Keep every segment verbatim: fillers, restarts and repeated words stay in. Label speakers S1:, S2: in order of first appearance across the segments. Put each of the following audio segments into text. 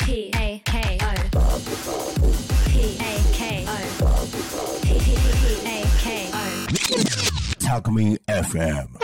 S1: P A K O P A K O P A K O
S2: タコミン エフエム。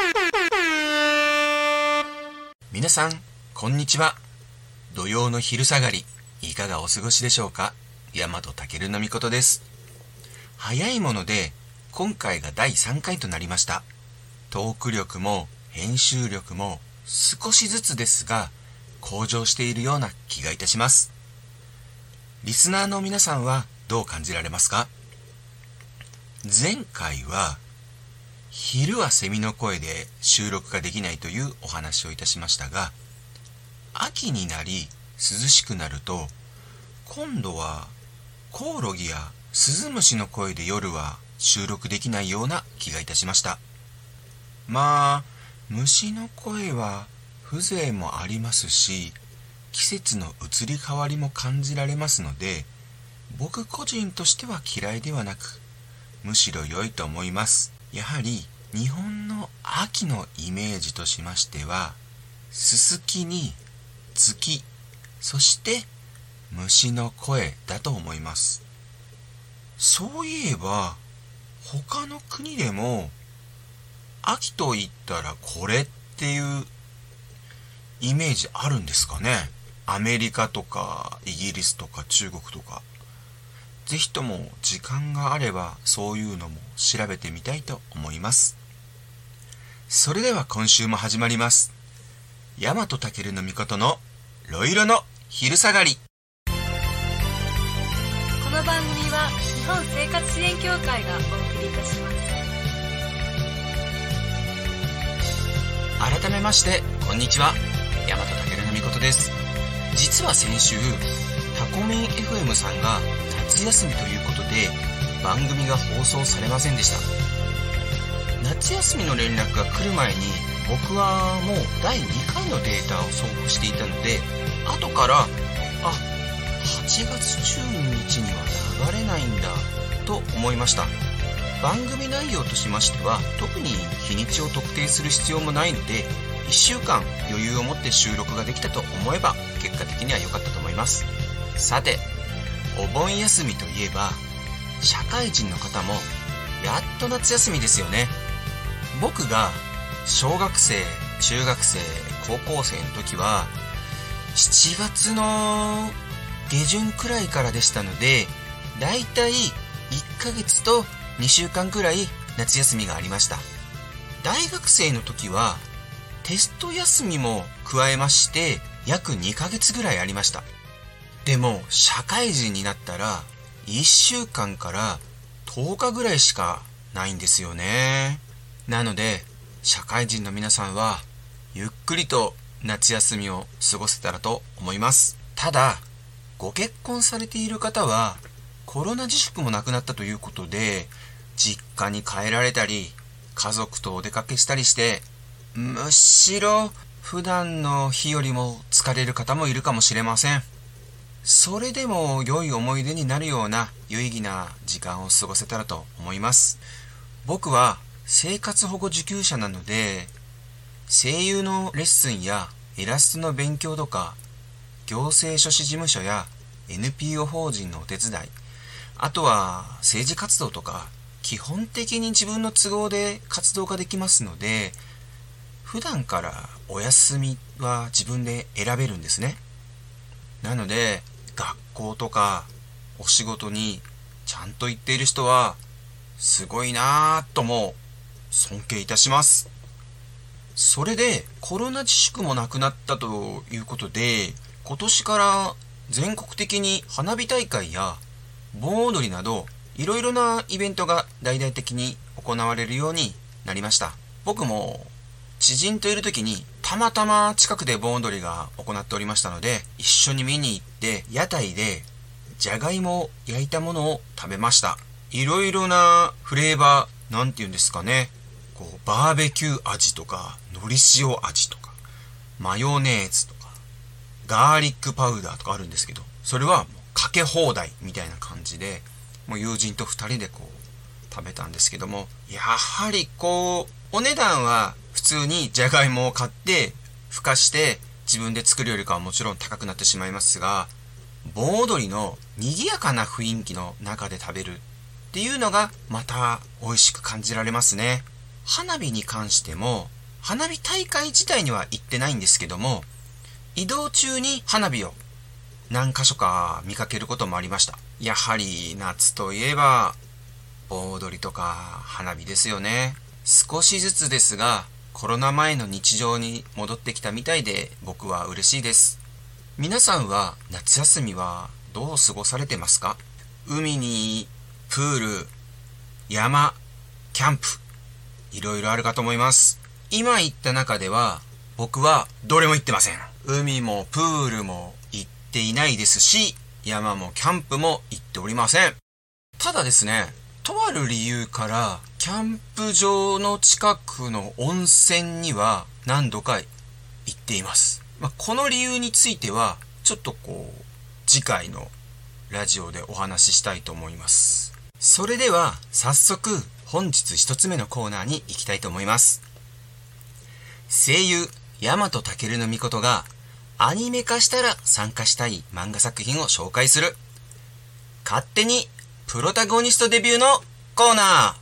S3: 皆さんこんにちは。土曜の昼下がりいかがお過ごしでしょうか。大和健のみことです。早いもので今回がだいさんかいとなりました。トーク力も編集力も少しずつですが向上しているような気がいたします。リスナーの皆さんはどう感じられますか。前回は昼はセミの声で収録ができないというお話をいたしましたが、秋になり涼しくなると今度はコオロギやスズムシの声で夜は収録できないような気がいたしました。まあ虫の声は風情もありますし、季節の移り変わりも感じられますので、僕個人としては嫌いではなく、むしろ良いと思います。やはり日本の秋のイメージとしましては、ススキに月、そして虫の声だと思います。そういえば他の国でも秋と言ったらこれっていうイメージあるんですかね。アメリカとかイギリスとか中国とか、ぜひとも時間があればそういうのも調べてみたいと思います。それでは今週も始まります。大和健のみことのろいろの昼下がり。
S4: この番組は日本生活支援協会がお送りいたします。
S3: 改めましてこんにちは、大和健のみことです。実は先週タコミン エフエム さんが夏休みということで番組が放送されませんでした。夏休みの連絡が来る前に僕はもうだいにかいのデータを送付していたので、後からあ、はちがつじゅうににちには流れないんだと思いました。番組内容としましては特に日にちを特定する必要もないので、いっしゅうかん余裕を持って収録ができたと思えば結果的には良かったと思います。さて、お盆休みといえば社会人の方もやっと夏休みですよね。僕が小学生、中学生、高校生の時はしちがつの下旬くらいからでしたので、だいたいいっかげつとにしゅうかんくらい夏休みがありました。大学生の時はテスト休みも加えまして約にかげつぐらいありました。でも社会人になったらいっしゅうかんからとおかぐらいしかないんですよね。なので社会人の皆さんはゆっくりと夏休みを過ごせたらと思います。ただご結婚されている方はコロナ自粛もなくなったということで、実家に帰られたり家族とお出かけしたりして、むしろ普段の日よりも疲れる方もいるかもしれません。それでも良い思い出になるような有意義な時間を過ごせたらと思います。僕は生活保護受給者なので、声優のレッスンやイラストの勉強とか、行政書士事務所や エヌピーオー 法人のお手伝い、あとは政治活動とか、基本的に自分の都合で活動ができますので、普段からお休みは自分で選べるんですね。なので学校とかお仕事にちゃんと行っている人はすごいなぁとも尊敬いたします。それでコロナ自粛もなくなったということで、今年から全国的に花火大会や盆踊りなどいろいろなイベントが大々的に行われるようになりました。僕も知人といる時にたまたま近くで盆踊りが行っておりましたので、一緒に見に行って屋台でじゃがいもを焼いたものを食べました。いろいろなフレーバー、なんていうんですかね、こうバーベキュー味とか海苔塩味とかマヨネーズとかガーリックパウダーとかあるんですけど、それはもうかけ放題みたいな感じで、もう友人とふたりでこう食べたんですけども、やはりこうお値段は普通にじゃがいもを買ってふかして自分で作るよりかはもちろん高くなってしまいますが、 盆踊りの賑やかな雰囲気の中で食べるっていうのがまた美味しく感じられますね。花火に関しても、花火大会自体には行ってないんですけども、移動中に花火を何箇所か見かけることもありました。やはり夏といえば盆踊りとか花火ですよね。少しずつですがコロナ前の日常に戻ってきたみたいで、僕は嬉しいです。皆さんは夏休みはどう過ごされてますか？海にプール、山、キャンプ、いろいろあるかと思います。今言った中では僕はどれも行ってません。海もプールも行っていないですし、山もキャンプも行っておりません。ただですね、とある理由からキャンプ場の近くの温泉には何度か行っています。まあ、この理由についてはちょっとこう次回のラジオでお話ししたいと思います。それでは早速本日一つ目のコーナーに行きたいと思います。声優大和武の命がアニメ化したら参加したい漫画作品を紹介する勝手にプロタゴニストデビューのコーナー。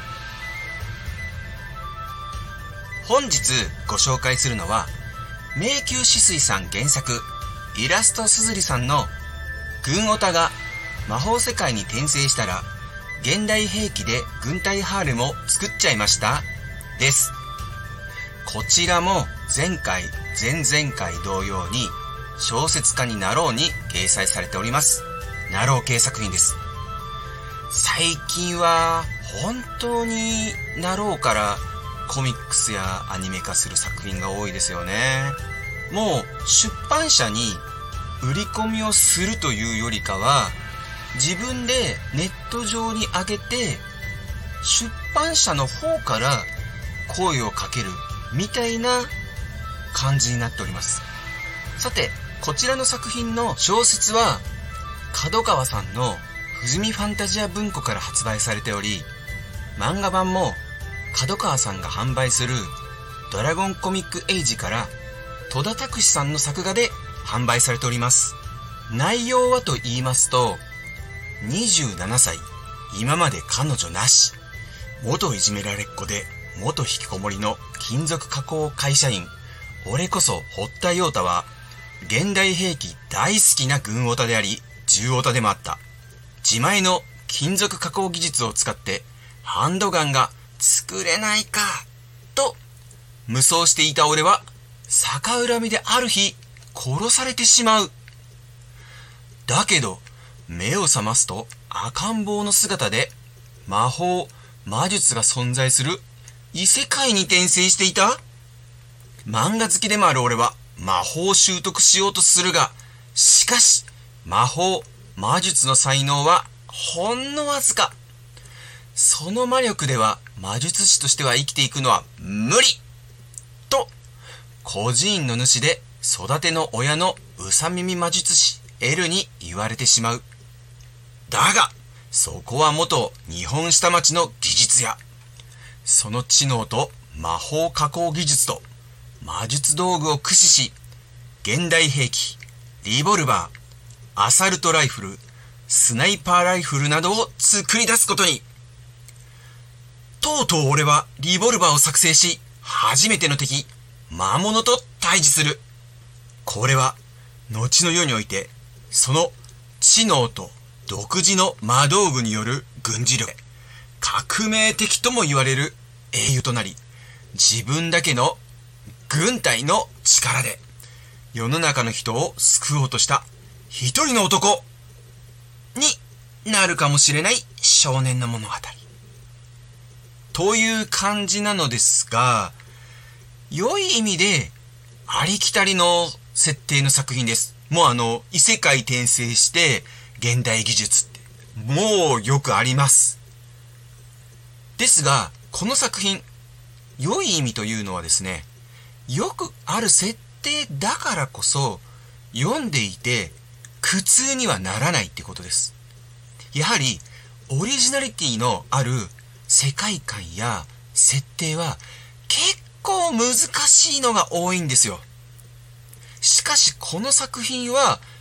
S3: 本日ご紹介するのは迷宮止水さん原作、イラストすずりさんの軍オタが魔法世界に転生したら現代兵器で軍隊ハーレムを作っちゃいましたです。こちらも前回前々回同様に小説家になろうに掲載されておりますなろう系作品です。最近は本当になろうからコミックスやアニメ化する作品が多いですよね。もう出版社に売り込みをするというよりかは自分でネット上に上げて出版社の方から声をかけるみたいな感じになっております。さて、こちらの作品の小説は角川さんの富士見ファンタジア文庫から発売されており、漫画版も角川さんが販売するドラゴンコミックエイジから戸田拓司さんの作画で販売されております。内容はと言いますと、にじゅうななさい、今まで彼女なし、元いじめられっ子で元引きこもりの金属加工会社員、俺こそ堀田陽太は現代兵器大好きな軍オタであり銃オタでもあった。自前の金属加工技術を使ってハンドガンが作れないかと無双していた俺は逆恨みである日殺されてしまう。だけど目を覚ますと赤ん坊の姿で魔法魔術が存在する異世界に転生していた。漫画好きでもある俺は魔法を習得しようとするが、しかし魔法魔術の才能はほんのわずか。その魔力では魔術師としては生きていくのは無理と孤児院の主で育ての親のうさ耳魔術師エルに言われてしまう。だがそこは元日本下町の技術屋。その知能と魔法加工技術と魔術道具を駆使し、現代兵器、リボルバー、アサルトライフル、スナイパーライフルなどを作り出すことに。とうとう俺はリボルバーを作成し、初めての敵、魔物と対峙する。これは後の世においてその知能と独自の魔道具による軍事力、革命的とも言われる英雄となり、自分だけの軍隊の力で世の中の人を救おうとした一人の男になるかもしれない少年の物語という感じなのですが、良い意味でありきたりの設定の作品です。もうあの異世界転生して現代技術ってもうよくあります。ですがこの作品、良い意味というのはですね、よくある設定だからこそ読んでいて苦痛にはならないってことです。やはりオリジナリティのある世界観や設定は結構難しいのが多いんですよ。しかしこの作品は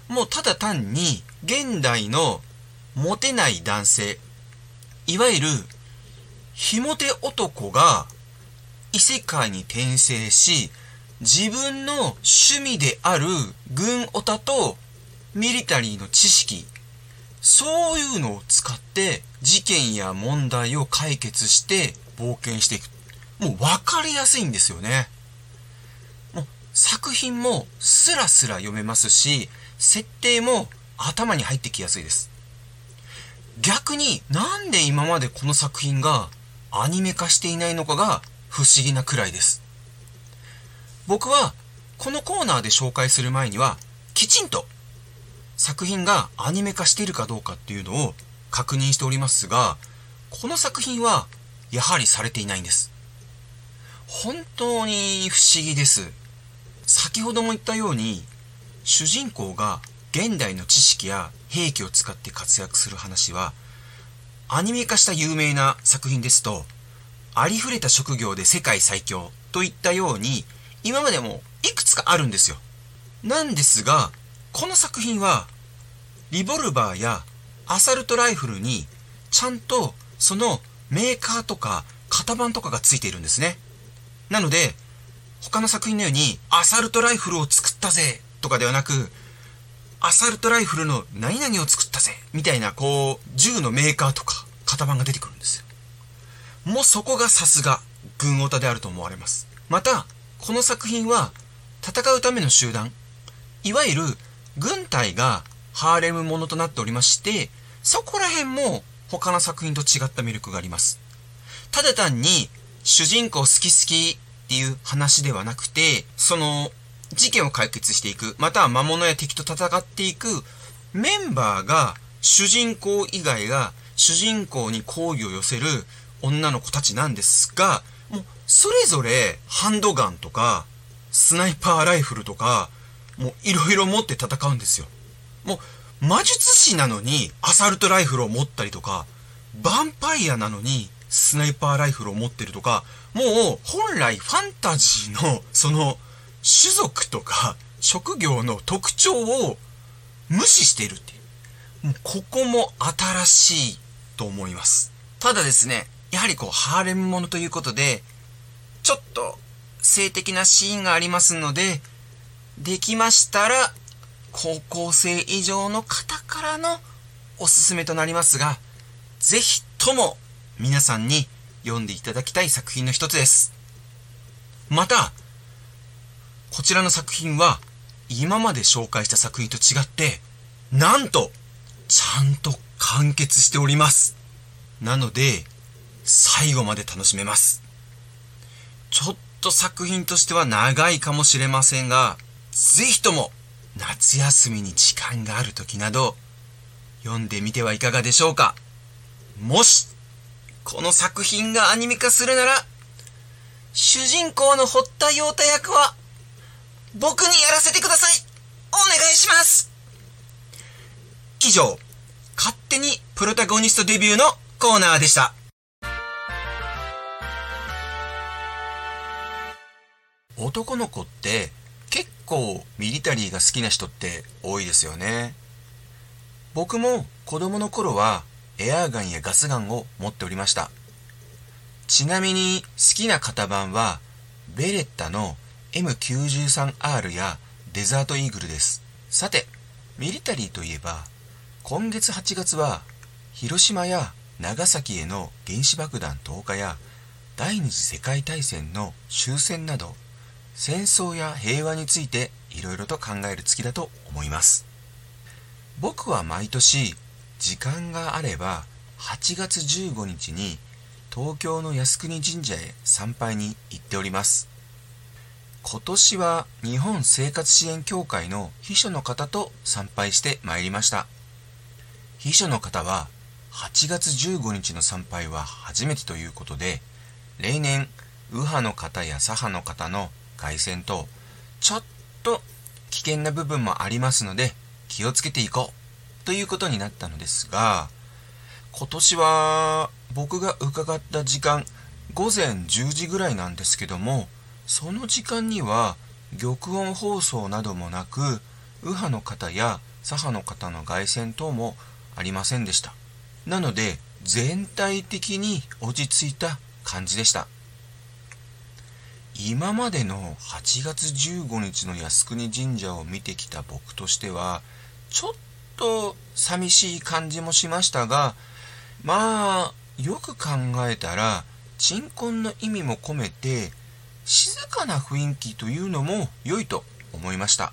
S3: もうただ単に現代のモテない男性、いわゆる非モテ男が異世界に転生し、自分の趣味である軍オタとミリタリーの知識、そういうのを使って事件や問題を解決して冒険していく。もう分かりやすいんですよね。もう作品もスラスラ読めますし、設定も頭に入ってきやすいです。逆になんで今までこの作品がアニメ化していないのかが不思議なくらいです。僕はこのコーナーで紹介する前にはきちんと作品がアニメ化しているかどうかっていうのを確認しておりますが、この作品はやはりされていないんです。本当に不思議です。先ほども言ったように、主人公が現代の知識や兵器を使って活躍する話は、アニメ化した有名な作品ですと、ありふれた職業で世界最強といったように、今までもいくつかあるんですよ。なんですが、この作品は、リボルバーやアサルトライフルに、ちゃんとそのメーカーとか型番とかがついているんですね。なので、他の作品のように、アサルトライフルを作ったぜとかではなく、アサルトライフルの何々を作ったぜみたいな、こう、銃のメーカーとか型番が出てくるんですよ。もうそこがさすが、軍オタであると思われます。また、この作品は、戦うための集団、いわゆる軍隊がハーレムものとなっておりまして、そこら辺も他の作品と違った魅力があります。ただ単に主人公好き好きっていう話ではなくて、その事件を解決していく、または魔物や敵と戦っていくメンバーが、主人公以外が主人公に好意を寄せる女の子たちなんですが、もうそれぞれハンドガンとかスナイパーライフルとか、もういろいろ持って戦うんですよ。もう魔術師なのにアサルトライフルを持ったりとか、ヴァンパイアなのにスナイパーライフルを持ってるとか、もう本来ファンタジーのその種族とか職業の特徴を無視しているっていう。もうここも新しいと思います。ただですね、やはりこうハーレムものということで、ちょっと性的なシーンがありますので、できましたら高校生以上の方からのおすすめとなりますが、ぜひとも皆さんに読んでいただきたい作品の一つです。また、こちらの作品は今まで紹介した作品と違って、なんとちゃんと完結しております。なので最後まで楽しめます。ちょっと作品としては長いかもしれませんが、ぜひとも夏休みに時間がある時など読んでみてはいかがでしょうか。もしこの作品がアニメ化するなら、主人公の堀田陽太役は僕にやらせてください。お願いします。以上、勝手にプロタゴニストデビューのコーナーでした。男の子って結構ミリタリーが好きな人って多いですよね。僕も子供の頃はエアガンやガスガンを持っておりました。ちなみに好きな型番はベレッタの エムきゅうじゅうさんアール やデザートイーグルです。さて、ミリタリーといえば今月はちがつは広島や長崎への原子爆弾投下や第二次世界大戦の終戦など戦争や平和についていろいろと考える月だと思います。僕は毎年時間があればはちがつじゅうごにちに東京の靖国神社へ参拝に行っております。今年は日本生活支援協会の秘書の方と参拝してまいりました。秘書の方ははちがつじゅうごにちの参拝は初めてということで、例年右派の方や左派の方の凱旋とちょっと危険な部分もありますので気をつけていこうということになったのですが、今年は僕が伺った時間ごぜんじゅうじぐらいなんですけども、その時間には玉音放送などもなく右派の方や左派の方の凱旋等もありませんでした。なので全体的に落ち着いた感じでした。今までのはちがつじゅうごにちの靖国神社を見てきた僕としてはちょっと寂しい感じもしましたが、まあよく考えたら鎮魂の意味も込めて静かな雰囲気というのも良いと思いました。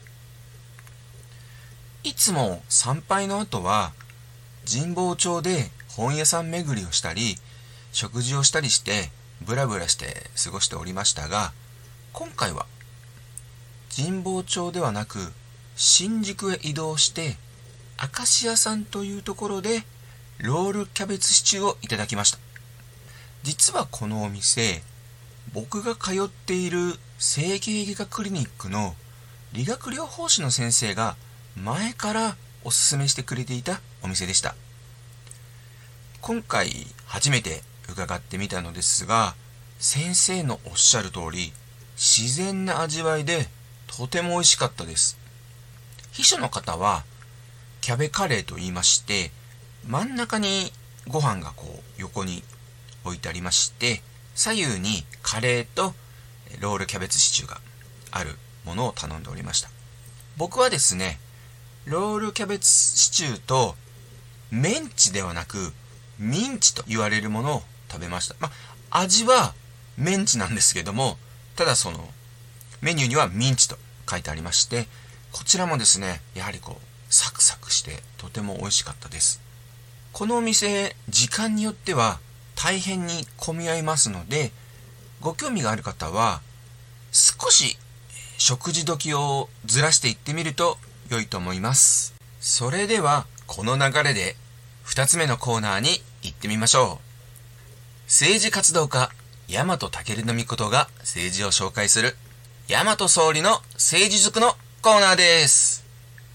S3: いつも参拝の後は神保町で本屋さん巡りをしたり食事をしたりしてブラブラして過ごしておりましたが、今回は神保町ではなく新宿へ移動して明石屋さんというところでロールキャベツシチューをいただきました。実はこのお店、僕が通っている整形外科クリニックの理学療法士の先生が前からおすすめしてくれていたお店でした。今回初めて伺ってみたのですが、先生のおっしゃる通り自然な味わいでとても美味しかったです。秘書の方はキャベカレーと言いまして、真ん中にご飯がこう横に置いてありまして、左右にカレーとロールキャベツシチューがあるものを頼んでおりました。僕はですね、ロールキャベツシチューとメンチではなくミンチと言われるものを食べました。まあ、味はメンチなんですけども、ただそのメニューにはミンチと書いてありまして、こちらもですね、やはりこうサクサクしてとても美味しかったです。このお店、時間によっては大変に混み合いますので、ご興味がある方は少し食事時をずらしていってみると良いと思います。それではこの流れでふたつめのコーナーに行ってみましょう。政治活動家大和武尊が政治を紹介する大和総理の政治塾のコーナーです。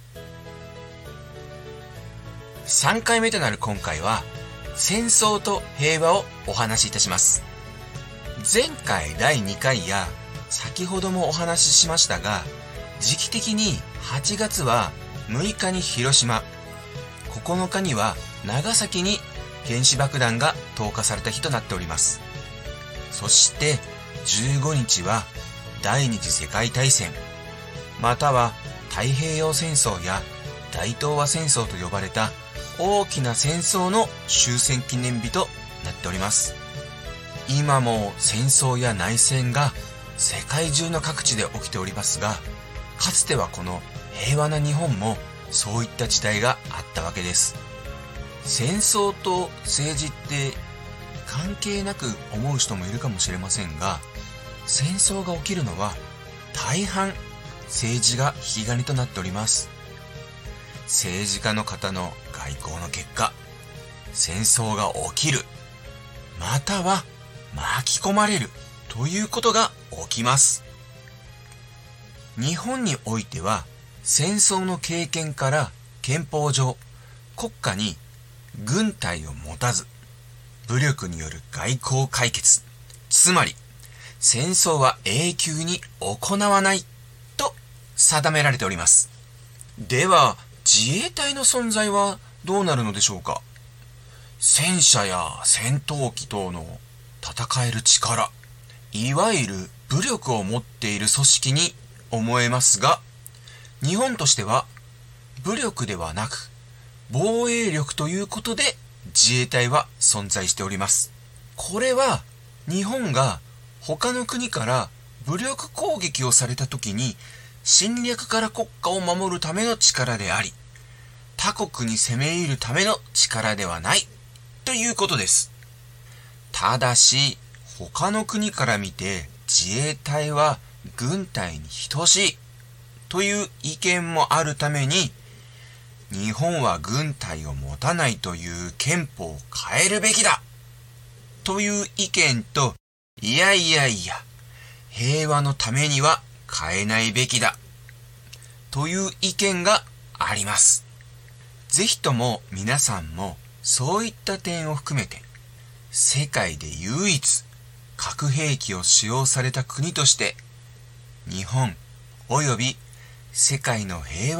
S3: さんかいめとなる今回は戦争と平和をお話しいたします。前回だいにかいや先ほどもお話ししましたが、時期的にはちがつはむいかに広島、ここのかには長崎に原子爆弾が投下された日となっております。そしてじゅうごにちは第二次世界大戦、または太平洋戦争や大東亜戦争と呼ばれた大きな戦争の終戦記念日となっております。今も戦争や内戦が世界中の各地で起きておりますが、かつてはこの平和な日本もそういった時代があったわけです。戦争と政治って関係なく思う人もいるかもしれませんが、戦争が起きるのは大半政治が引き金となっております。政治家の方の外交の結果、戦争が起きる、または巻き込まれるということが起きます。日本においては戦争の経験から憲法上、国家に軍隊を持たず武力による外交解決、つまり戦争は永久に行わないと定められております。では自衛隊の存在はどうなるのでしょうか。戦車や戦闘機等の戦える力、いわゆる武力を持っている組織に思えますが、日本としては武力ではなく防衛力ということで自衛隊は存在しております。これは日本が他の国から武力攻撃をされた時に侵略から国家を守るための力であり、他国に攻め入るための力ではないということです。ただし他の国から見て自衛隊は軍隊に等しいという意見もあるために、日本は軍隊を持たないという憲法を変えるべきだという意見と、いやいやいや平和のためには変えないべきだという意見があります。ぜひとも皆さんもそういった点を含めて、世界で唯一核兵器を使用された国として日本および世界の平和を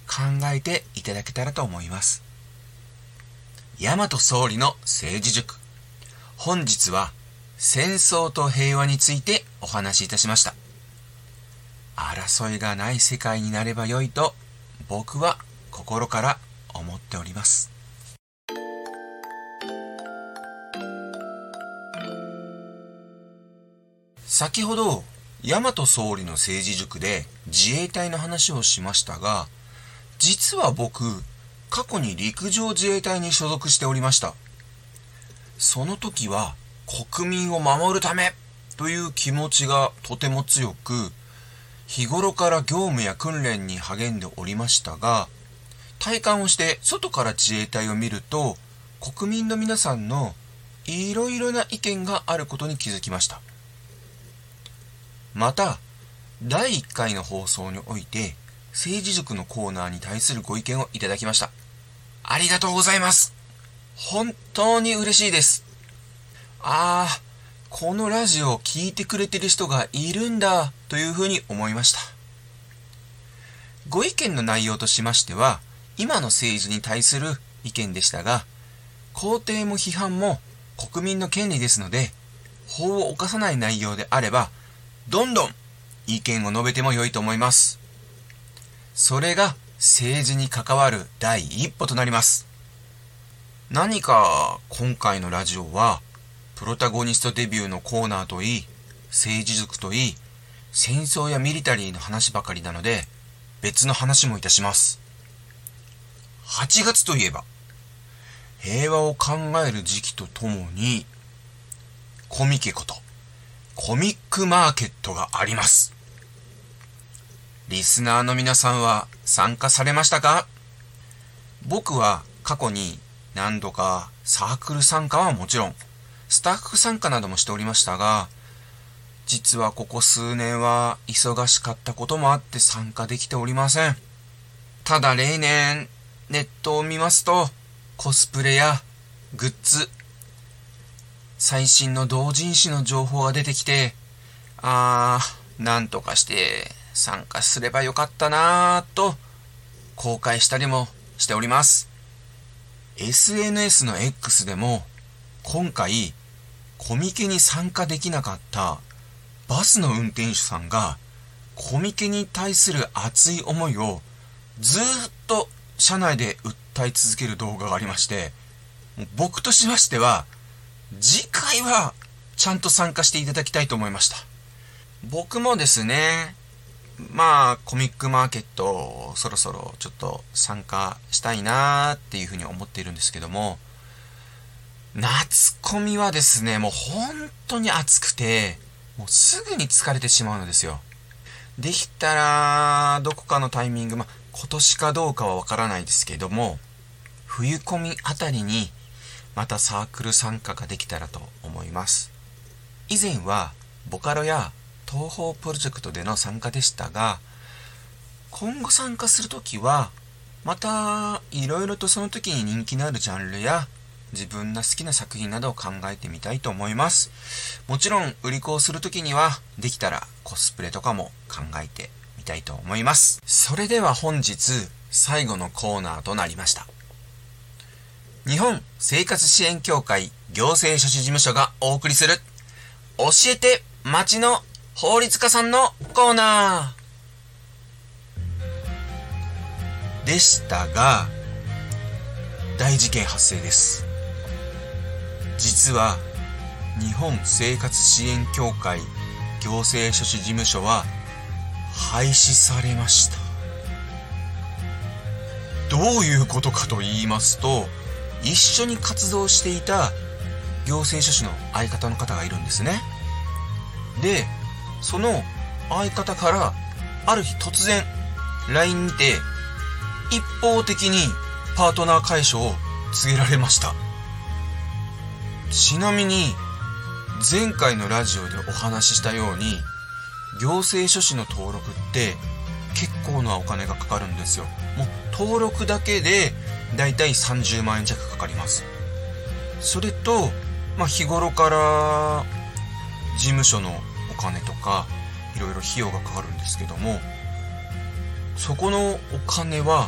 S3: 考えていただけたらと思います。大和総理の政治塾。本日は戦争と平和についてお話しいたしました。争いがない世界になればよいと僕は心から思っております。先ほど大和総理の政治塾で自衛隊の話をしましたが、実は僕過去に陸上自衛隊に所属しておりました。その時は国民を守るためという気持ちがとても強く、日頃から業務や訓練に励んでおりましたが、体感をして外から自衛隊を見ると、国民の皆さんのいろいろな意見があることに気づきました。また、だいいっかいの放送において、政治塾のコーナーに対するご意見をいただきました。ありがとうございます。本当に嬉しいです。ああ、このラジオを聞いてくれてる人がいるんだというふうに思いました。ご意見の内容としましては、今の政治に対する意見でしたが、肯定も批判も国民の権利ですので、法を犯さない内容であれば、どんどん意見を述べても良いと思います。それが政治に関わる第一歩となります。何か今回のラジオはプロタゴニストデビューのコーナーといい、政治塾といい、戦争やミリタリーの話ばかりなので別の話もいたします。はちがつといえば平和を考える時期とともにコミケことコミックマーケットがあります。リスナーの皆さんは参加されましたか？僕は過去に何度かサークル参加はもちろん、スタッフ参加などもしておりましたが、実はここ数年は忙しかったこともあって参加できておりません。ただ例年ネットを見ますと、コスプレやグッズ、最新の同人誌の情報が出てきて、あー、なんとかして参加すればよかったなぁと後悔したりもしております。エスエヌエス の X でも今回コミケに参加できなかったバスの運転手さんがコミケに対する熱い思いをずーっと車内で訴え続ける動画がありまして、僕としましては次回はちゃんと参加していただきたいと思いました。僕もですね、まあコミックマーケットそろそろちょっと参加したいなーっていうふうに思っているんですけども、夏コミはですね、もう本当に暑くてもうすぐに疲れてしまうのですよ。できたらどこかのタイミング、まあ今年かどうかはわからないですけども、冬コミあたりにまたサークル参加ができたらと思います。以前はボカロや東宝プロジェクトでの参加でしたが、今後参加するときはまたいろいろとその時に人気のあるジャンルや自分の好きな作品などを考えてみたいと思います。もちろん売り子をするときにはできたらコスプレとかも考えてみたいと思います。それでは本日最後のコーナーとなりました。日本生活支援協会行政書士事務所がお送りする教えて町の法律家さんのコーナーでしたが、大事件発生です。実は日本生活支援協会行政書士事務所は廃止されました。どういうことかと言いますと、一緒に活動していた行政書士の相方の方がいるんですね。で、その相方からある日突然 ライン にて一方的にパートナー解消を告げられました。ちなみに前回のラジオでお話ししたように、行政書士の登録って結構なお金がかかるんですよ。もう登録だけでだいたいさんじゅうまんえん弱かかります。それと、まあ、日頃から事務所のお金とかいろいろ費用がかかるんですけども、そこのお金は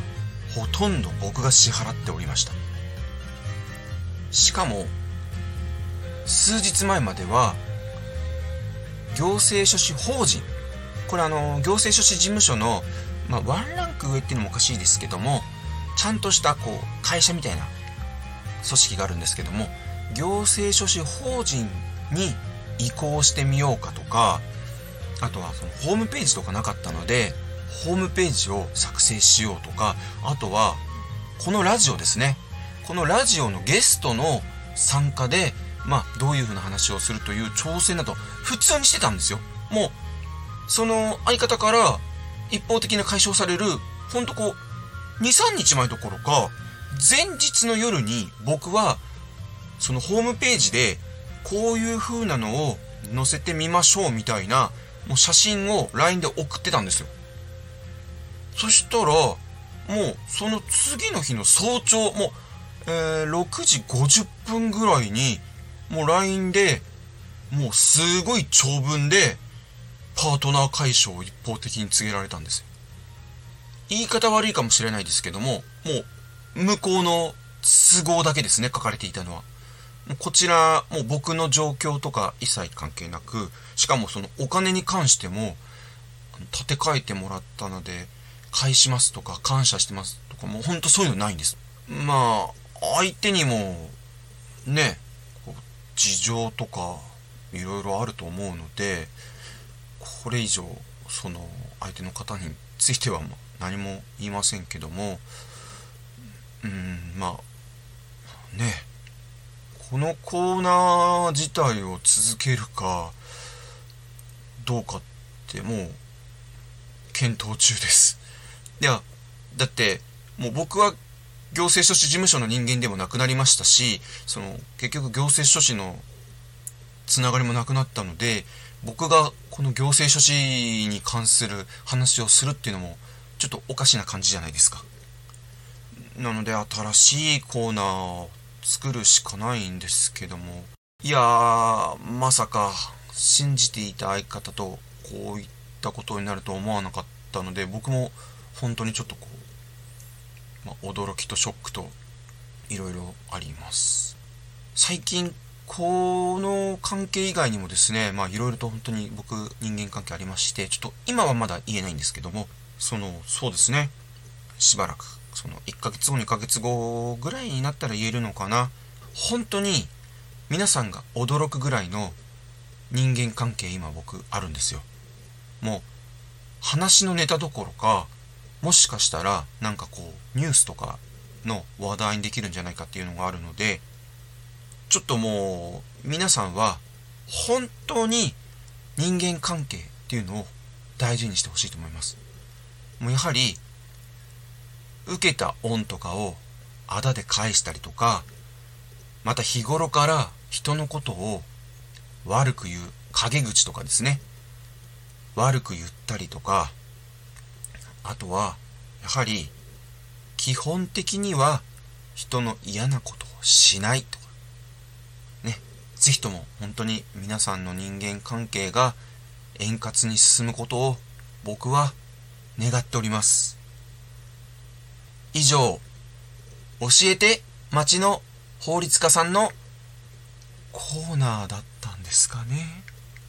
S3: ほとんど僕が支払っておりました。しかも数日前までは行政書士法人、これあの行政書士事務所の、まあ、ワンランク上っていうのもおかしいですけども、ちゃんとしたこう会社みたいな組織があるんですけども、行政書士法人に移行してみようかとか、あとはそのホームページとかなかったのでホームページを作成しようとか、あとはこのラジオですね、このラジオのゲストの参加でまあどういう風な話をするという挑戦など普通にしてたんですよ。もうその相方から一方的な解消されるほんとこう にさんにちまえどころか前日の夜に僕はそのホームページでこういう風なのを載せてみましょうみたいなもう写真を ライン で送ってたんですよ。そしたらもうその次の日の早朝、もう、えー、ろくじごじゅっぷんぐらいにもう ライン でもうすごい長文でパートナー解消を一方的に告げられたんですよ。言い方悪いかもしれないですけども、もう向こうの都合だけですね、書かれていたのは。もうこちらもう僕の状況とか一切関係なく、しかもそのお金に関しても立て替えてもらったので返しますとか感謝してますとか、もうほんとそういうのないんです。まあ相手にもね事情とかいろいろあると思うので、これ以上その相手の方については何も言いませんけども、うーんまあね、このコーナー自体を続けるかどうかってもう検討中です。いやだってもう僕は行政書士事務所の人間でもなくなりましたし、その結局行政書士のつながりもなくなったので、僕がこの行政書士に関する話をするっていうのもちょっとおかしな感じじゃないですか。なので新しいコーナーを作るしかないんですけども、いやーまさか信じていた相方とこういったことになると思わなかったので、僕も本当にちょっとこう、まあ、驚きとショックといろいろあります。最近この関係以外にもですね、まあいろいろと本当に僕人間関係ありまして、ちょっと今はまだ言えないんですけども、そのそうですね、しばらくそのいっかげつごにかげつごぐらいになったら言えるのかな。本当に皆さんが驚くぐらいの人間関係今僕あるんですよ。もう話のネタどころか、もしかしたらなんかこうニュースとかの話題にできるんじゃないかっていうのがあるので、ちょっともう皆さんは本当に人間関係っていうのを大事にしてほしいと思います。もうやはり受けた恩とかをあだで返したりとか、また日頃から人のことを悪く言う陰口とかですね、悪く言ったりとか、あとはやはり基本的には人の嫌なことをしないとかね、ぜひとも本当に皆さんの人間関係が円滑に進むことを僕は願っております。以上、教えて町の法律家さんのコーナーだったんですかね。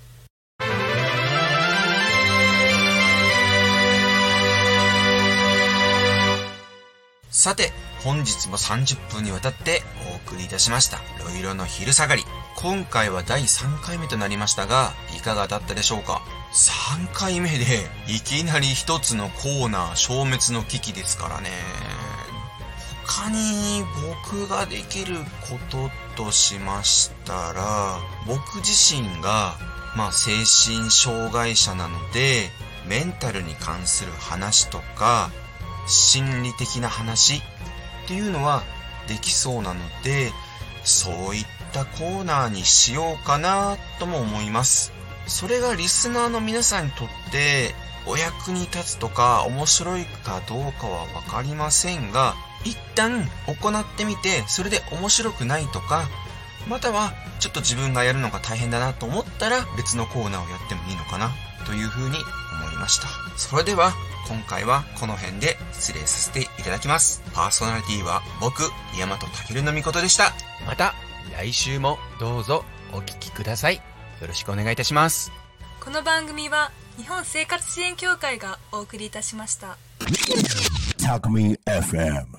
S3: さて、本日もさんじゅっぷんにわたってお送りいたしましたろいろの昼下がり。今回はだいさんかいめとなりましたが、いかがだったでしょうか。さんかいめでいきなり一つのコーナー消滅の危機ですからね。他に僕ができることとしましたら、僕自身がまあ精神障害者なので、メンタルに関する話とか心理的な話っていうのはできそうなので、そういったコーナーにしようかなとも思います。それがリスナーの皆さんにとってお役に立つとか面白いかどうかはわかりませんが、一旦行ってみてそれで面白くないとか、またはちょっと自分がやるのが大変だなと思ったら別のコーナーをやってもいいのかなというふうに思います。 ました。それでは今回はこの辺で失礼させていただきます。パーソナリティは僕、大和健のみことでした。また来週もどうぞお聞きください。よろしくお願いいたします。
S4: この番組は日本生活支援協会がお送りいたしました。
S2: タコミン エフエム